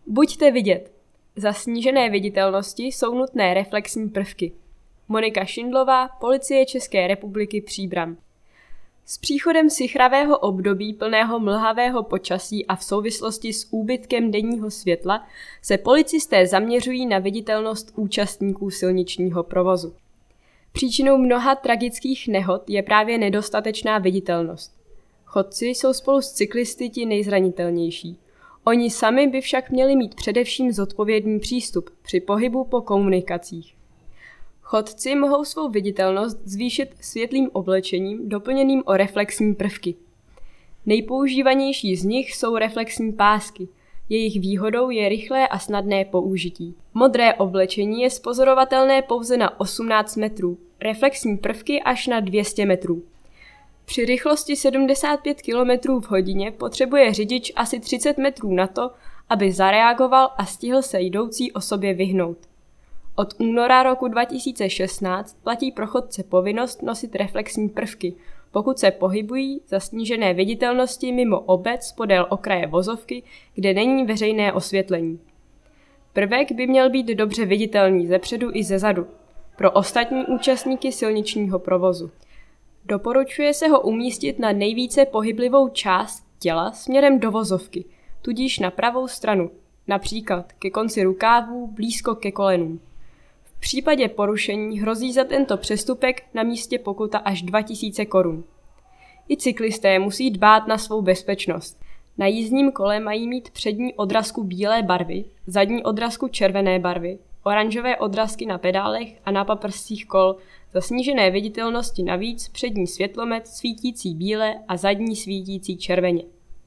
Buďte vidět. Za snížené viditelnosti jsou nutné reflexní prvky. Monika Šindlová, Policie České republiky Příbram. S příchodem sichravého období plného mlhavého počasí a v souvislosti s úbytkem denního světla se policisté zaměřují na viditelnost účastníků silničního provozu. Příčinou mnoha tragických nehod je právě nedostatečná viditelnost. Chodci jsou spolu s cyklisty ti nejzranitelnější. Oni sami by však měli mít především zodpovědný přístup při pohybu po komunikacích. Chodci mohou svou viditelnost zvýšit světlým oblečením doplněným o reflexní prvky. Nejpoužívanější z nich jsou reflexní pásky. Jejich výhodou je rychlé a snadné použití. Modré oblečení je spozorovatelné pouze na 18 metrů, reflexní prvky až na 200 metrů. Při rychlosti 75 km v hodině potřebuje řidič asi 30 metrů na to, aby zareagoval a stihl se jdoucí osobě vyhnout. Od února roku 2016 platí pro chodce povinnost nosit reflexní prvky, pokud se pohybují za snížené viditelnosti mimo obec podél okraje vozovky, kde není veřejné osvětlení. Prvek by měl být dobře viditelný zepředu i zezadu, pro ostatní účastníky silničního provozu. Doporučuje se ho umístit na nejvíce pohyblivou část těla směrem do vozovky, tudíž na pravou stranu, například ke konci rukávů blízko ke kolenům. V případě porušení hrozí za tento přestupek na místě pokuta až 2000 korun. I cyklisté musí dbát na svou bezpečnost. Na jízdním kole mají mít přední odrazku bílé barvy, zadní odrazku červené barvy, oranžové odrazky na pedálech a na paprscích kol, za snížené viditelnosti navíc přední světlomet svítící bíle a zadní svítící červeně.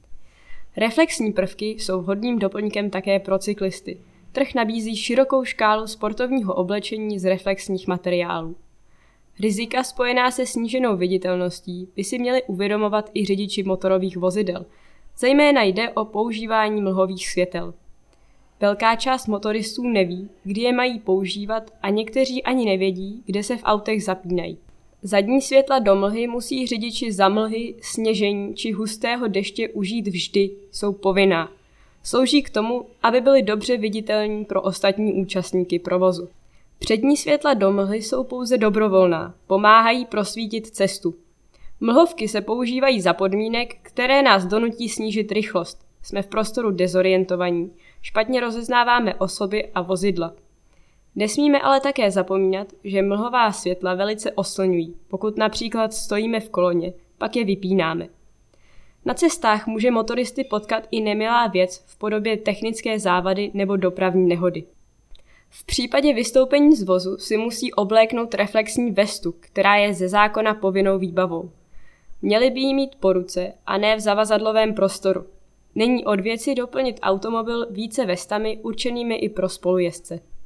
Reflexní prvky jsou vhodným doplňkem také pro cyklisty. Trh nabízí širokou škálu sportovního oblečení z reflexních materiálů. Rizika spojená se sníženou viditelností by si měli uvědomovat i řidiči motorových vozidel. Zejména jde o používání mlhových světel. Velká část motoristů neví, kdy je mají používat a někteří ani nevědí, kde se v autech zapínají. Zadní světla do mlhy musí řidiči za mlhy, sněžení či hustého deště užít vždy, jsou povinná. Slouží k tomu, aby byly dobře viditelní pro ostatní účastníky provozu. Přední světla do mlhy jsou pouze dobrovolná, pomáhají prosvítit cestu. Mlhovky se používají za podmínek, které nás donutí snížit rychlost. Jsme v prostoru dezorientovaní, špatně rozeznáváme osoby a vozidla. Nesmíme ale také zapomínat, že mlhová světla velice oslňují. Pokud například stojíme v koloně, pak je vypínáme. Na cestách může motoristy potkat i nemilá věc v podobě technické závady nebo dopravní nehody. V případě vystoupení z vozu si musí obléknout reflexní vestu, která je ze zákona povinnou výbavou. Měli by ji mít po ruce a ne v zavazadlovém prostoru. Není od věci doplnit automobil více vestami určenými i pro spolujezdce.